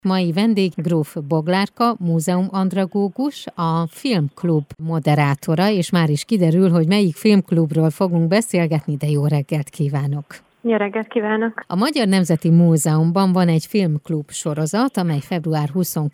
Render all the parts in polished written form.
Mai vendég Gróf Boglárka, múzeumandragógus, a Filmklub moderátora, és már is kiderül, hogy melyik filmklubról fogunk beszélgetni, de jó reggelt kívánok! Jó reggelt kívánok! A Magyar Nemzeti Múzeumban van egy filmklub sorozat, amely február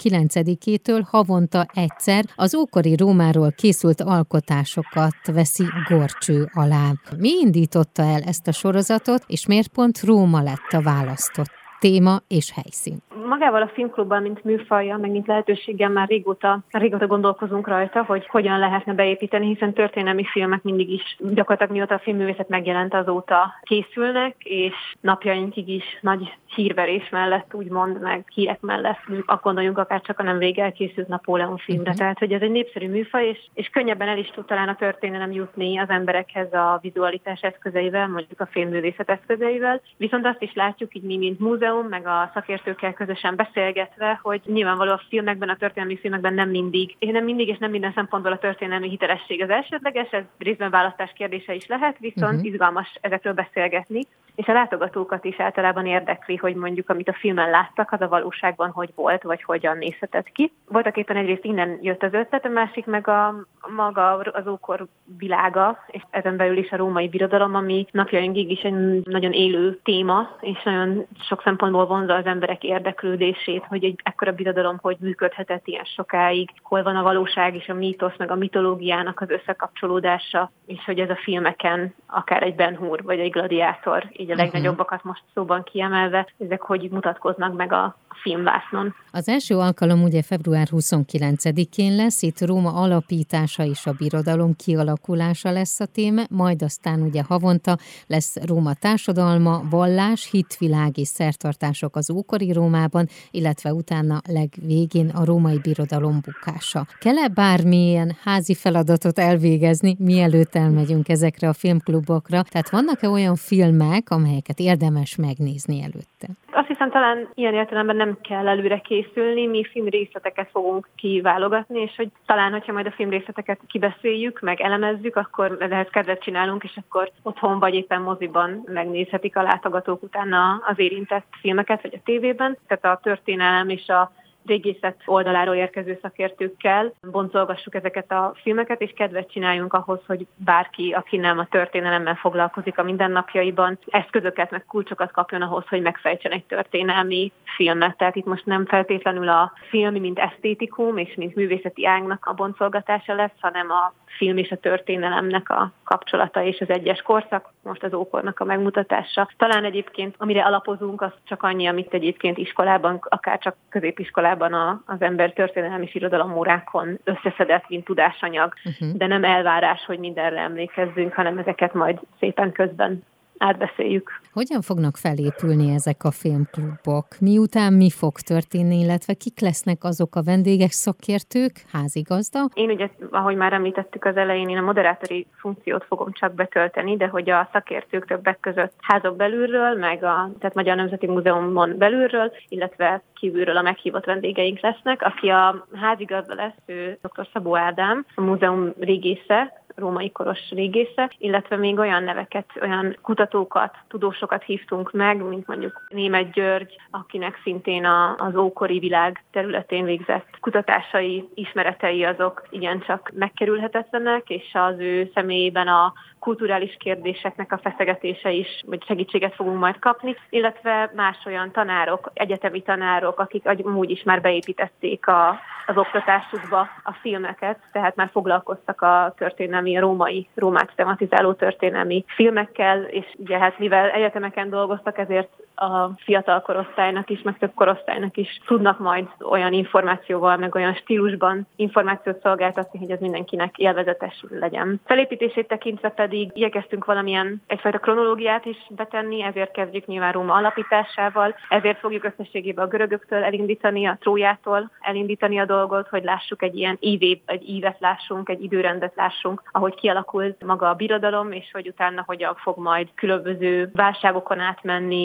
29-től havonta egyszer az ókori Rómáról készült alkotásokat veszi górcső alá. Mi indította el ezt a sorozatot, és miért pont Róma lett a választott téma és helyszín? Magával a filmklubban, mint műfajjal, meg mint lehetőséggel már régóta gondolkozunk rajta, hogy hogyan lehetne beépíteni, hiszen történelmi filmek mindig is gyakorlatilag mióta a filmművészet megjelent azóta készülnek, és napjainkig is nagy hírverés mellett, úgymond, meg hírek mellett akkor gondoljunk akár csak a nem rég elkészült Napóleon filmre. Tehát, hogy ez egy népszerű műfaj, és könnyebben el is tud talán a történelem jutni az emberekhez a vizualitás eszközeivel, mondjuk a filmművészet eszközeivel. Viszont azt is látjuk így mi, mint múzeum, meg a szakértőkkel közösen beszélgetve, hogy nyilvánvalóan a filmekben, a történelmi filmekben nem mindig és nem minden szempontból a történelmi hitelesség az elsődleges, ez részben választás kérdése is lehet, viszont izgalmas ezekről beszélgetni, és a látogatókat is általában érdekli, hogy mondjuk amit a filmen láttak, az a valóságban hogy volt, vagy hogyan nézhetett ki. Voltak éppen egyrészt innen jött az ötlet, a másik meg maga az ókor világa, és ezen belül is a római birodalom, ami napjainkig is egy nagyon élő téma, és nagyon sok szempontból vonzza az emberek érdeklődését, hogy egy ekkora birodalom hogy működhetett ilyen sokáig, hol van a valóság és a mítosz, meg a mitológiának az összekapcsolódása, és hogy ez a filmeken akár egy Ben Hur vagy egy gladiátor, így a legnagyobbakat most szóban kiemelve, ezek hogy mutatkoznak meg a filmvásznon. Az első alkalom ugye február 29-én lesz, itt Róma alapítása és a birodalom kialakulása lesz a téma, majd aztán ugye havonta lesz Róma társadalma, vallás, hitvilág és szertartások az ókori Rómában, illetve utána legvégén a római birodalom bukása. Kell-e bármilyen házi feladatot elvégezni, mielőtt elmegyünk ezekre a filmklubokra? Tehát vannak-e olyan filmek, amelyeket érdemes megnézni előtte? Azt hiszem, talán ilyen értelemben nem kell előre készülni, mi filmrészleteket fogunk kiválogatni, és hogy talán, hogyha majd a filmrészleteket kibeszéljük, meg elemezzük, akkor ehhez kedvet csinálunk, és akkor otthon vagy éppen moziban megnézhetik a látogatók utána az érintett filmeket, vagy a tévében. Tehát a történelem és a régészet oldaláról érkező szakértőkkel boncolgassuk ezeket a filmeket, és kedvet csináljunk ahhoz, hogy bárki, aki nem a történelemmel foglalkozik a mindennapjaiban, eszközöket, meg kulcsokat kapjon ahhoz, hogy megfejtsen egy történelmi filmet. Tehát itt most nem feltétlenül a film, mint esztétikum és mint művészeti ágnak a boncolgatása lesz, hanem a film és a történelemnek a kapcsolata és az egyes korszak, most az ókornak a megmutatása. Talán egyébként, amire alapozunk, az csak annyi, amit egyébként iskolában, akár csak középiskolában az ember történelmi irodalomórákon összeszedett, mint tudásanyag, de nem elvárás, hogy mindenre emlékezzünk, hanem ezeket majd szépen közben átbeszéljük. Hogyan fognak felépülni ezek a filmklubok? Miután mi fog történni, illetve kik lesznek azok a vendégek, szakértők, házigazda? Én ugye, ahogy már említettük az elején, én a moderátori funkciót fogom csak betölteni, de hogy a szakértők többek között házok belülről, tehát Magyar Nemzeti Múzeumon belülről, illetve kívülről a meghívott vendégeink lesznek. Aki a házigazda lesz, ő dr. Szabó Ádám, a múzeum régésze, római koros régésze, illetve még olyan neveket, olyan kutatókat, tudósokat hívtunk meg, mint mondjuk Németh György, akinek szintén az ókori világ területén végzett kutatásai, ismeretei azok igencsak megkerülhetetlenek, és az ő személyében a kulturális kérdéseknek a feszegetése is, vagy segítséget fogunk majd kapni, illetve más olyan tanárok, egyetemi tanárok, akik amúgy is már beépítették az oktatásukba a filmeket, tehát már foglalkoztak a történelmi, a Rómát tematizáló történelmi filmekkel, és ugye hát mivel egyetemeken dolgoztak, ezért a fiatal korosztálynak is, meg több korosztálynak is tudnak majd olyan információval, meg olyan stílusban információt szolgáltatni, hogy ez mindenkinek élvezetes legyen. Felépítését tekintve pedig igyekeztünk egyfajta kronológiát is betenni, ezért kezdjük nyilván Róma alapításával, ezért fogjuk összességében a görögöktől elindítani, a Trójától elindítani a dolgot, hogy lássuk egy ívet lássunk, egy időrendet lássunk, ahogy kialakult maga a birodalom, és hogy utána hogyan fog majd különböző válságokon átmenni, és hogy a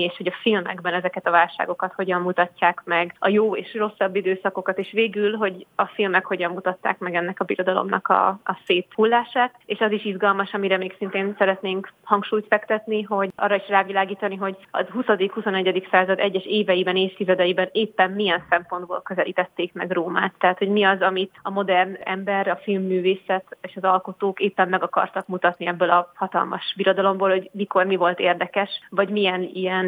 filmekben ezeket a válságokat hogyan mutatják meg, a jó és rosszabb időszakokat, és végül, hogy a filmek hogyan mutatták meg ennek a birodalomnak a szép hullását, és az is izgalmas, amire még szintén szeretnénk hangsúlyt fektetni, hogy arra is rávilágítani, hogy az 20.-21. század egyes éveiben, évtizedeiben éppen milyen szempontból közelítették meg Rómát. Tehát, hogy mi az, amit a modern ember, a filmművészet és az alkotók éppen meg akartak mutatni ebből a hatalmas birodalomból, hogy mikor mi volt érdekes, vagy milyen ilyen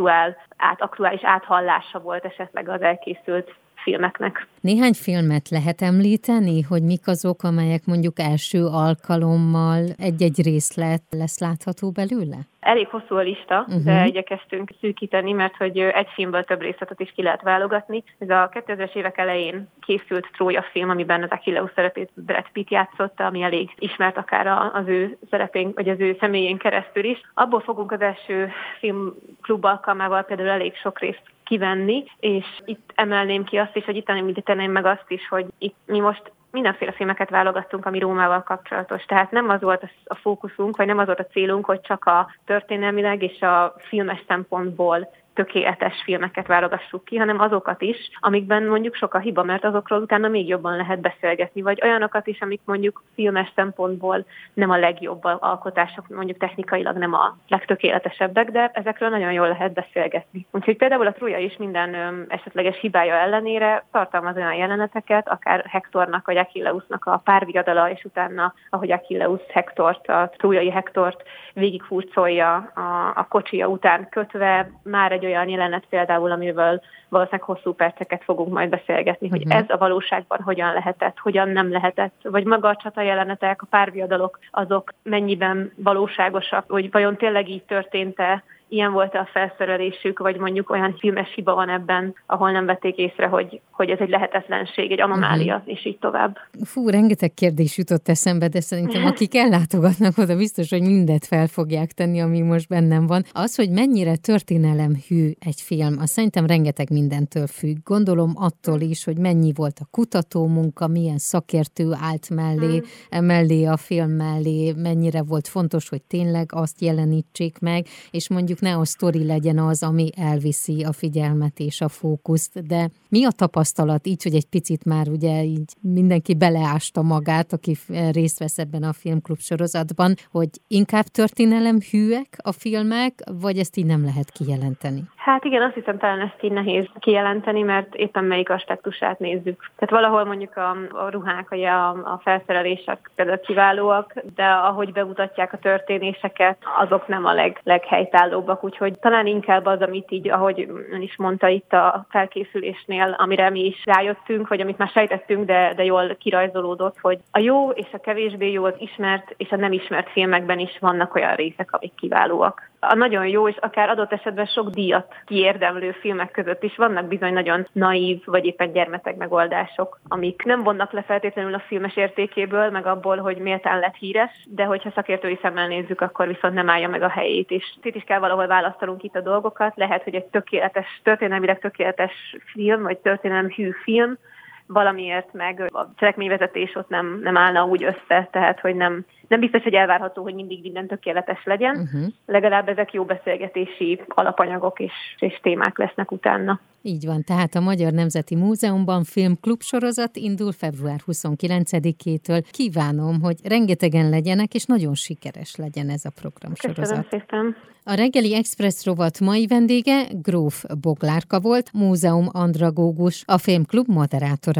aktuális áthallása volt esetleg az elkészült filmeknek. Néhány filmet lehet említeni, hogy mik azok, amelyek mondjuk első alkalommal egy-egy részlet lesz látható belőle? Elég hosszú a lista, de igyekeztünk szűkíteni, mert hogy egy filmből több részletet is ki lehet válogatni. Ez a 2000-es évek elején készült Trója film, amiben az Achilleus szerepét Brad Pitt játszotta, ami elég ismert akár az ő szerepén, vagy az ő személyén keresztül is. Abból fogunk az első filmklub alkalmával például elég sok részt kivenni, és itt emelném ki azt is, hogy itt említeném meg azt is, hogy itt mi most mindenféle filmeket válogattunk, ami Rómával kapcsolatos. Tehát nem az volt a fókuszunk, vagy nem az volt a célunk, hogy csak a történelmileg és a filmes szempontból tökéletes filmeket válogassuk ki, hanem azokat is, amikben mondjuk sok a hiba, mert azokról utána még jobban lehet beszélgetni, vagy olyanokat is, amik mondjuk filmes szempontból nem a legjobb alkotások, mondjuk technikailag nem a legtökéletesebbek, de ezekről nagyon jól lehet beszélgetni. Úgyhogy például a Trója is minden esetleges hibája ellenére tartalmaz olyan jeleneteket, akár Hektornak vagy Achilleusnak a párviadala, és utána, ahogy Achilleus Hektort, a trójai Hektort végighurcolja a kocsija után kötve, már egy olyan jelenet például, amiről valószínűleg hosszú perceket fogunk majd beszélgetni, hogy ez a valóságban hogyan lehetett, hogyan nem lehetett, vagy maga a csata jelenetek, a párviadalok, azok mennyiben valóságosak, hogy vajon tényleg így történt-e, ilyen volt a felszerelésük, vagy mondjuk olyan filmes hiba van ebben, ahol nem vették észre, hogy ez egy lehetetlenség, egy anomália, és így tovább. Fú, rengeteg kérdés jutott eszembe, de szerintem akik ellátogatnak oda, biztos, hogy mindet fel fogják tenni, ami most bennem van. Az, hogy mennyire történelemhű egy film, az szerintem rengeteg mindentől függ. Gondolom attól is, hogy mennyi volt a kutatómunka, milyen szakértő állt mellé a film mellé, mennyire volt fontos, hogy tényleg azt jelenítsék meg, és mondjuk ne a sztori legyen az, ami elviszi a figyelmet és a fókuszt, de mi a tapasztalat így, hogy egy picit már ugye így mindenki beleásta magát, aki részt vesz ebben a filmklub sorozatban, hogy inkább történelemhűek a filmek, vagy ezt így nem lehet kijelenteni? Hát igen, azt hiszem talán ezt így nehéz kijelenteni, mert éppen melyik aspektusát nézzük. Tehát valahol mondjuk a ruhák, vagy a felszerelések például kiválóak, de ahogy bemutatják a történéseket, azok nem a leghelytállóbbak, úgyhogy talán inkább az, amit így, ahogy ön is mondta itt a felkészülésnél, amire mi is rájöttünk, vagy amit már sejtettünk, de jól kirajzolódott, hogy a jó és a kevésbé jó, az ismert és a nem ismert filmekben is vannak olyan részek, amik kiválóak. A nagyon jó, és akár adott esetben sok díjat kiérdemlő filmek között is vannak bizony nagyon naív, vagy éppen gyermeteg megoldások, amik nem vonnak le feltétlenül a filmes értékéből, meg abból, hogy méltán lett híres, de hogyha szakértői szemmel nézzük, akkor viszont nem állja meg a helyét, és itt is kell valahol választanunk itt a dolgokat. Lehet, hogy egy történelmileg tökéletes film, vagy történelemhű film, valamiért meg a cselekményvezetés ott nem állna úgy össze, tehát hogy nem biztos, hogy elvárható, hogy mindig minden tökéletes legyen. Legalább ezek jó beszélgetési alapanyagok és témák lesznek utána. Így van, tehát a Magyar Nemzeti Múzeumban filmklub sorozat indul február 29-től. Kívánom, hogy rengetegen legyenek, és nagyon sikeres legyen ez a programsorozat. Köszönöm szépen. A Reggeli Express rovat mai vendége Gróf Boglárka volt, múzeum andragógus, a filmklub moderátora.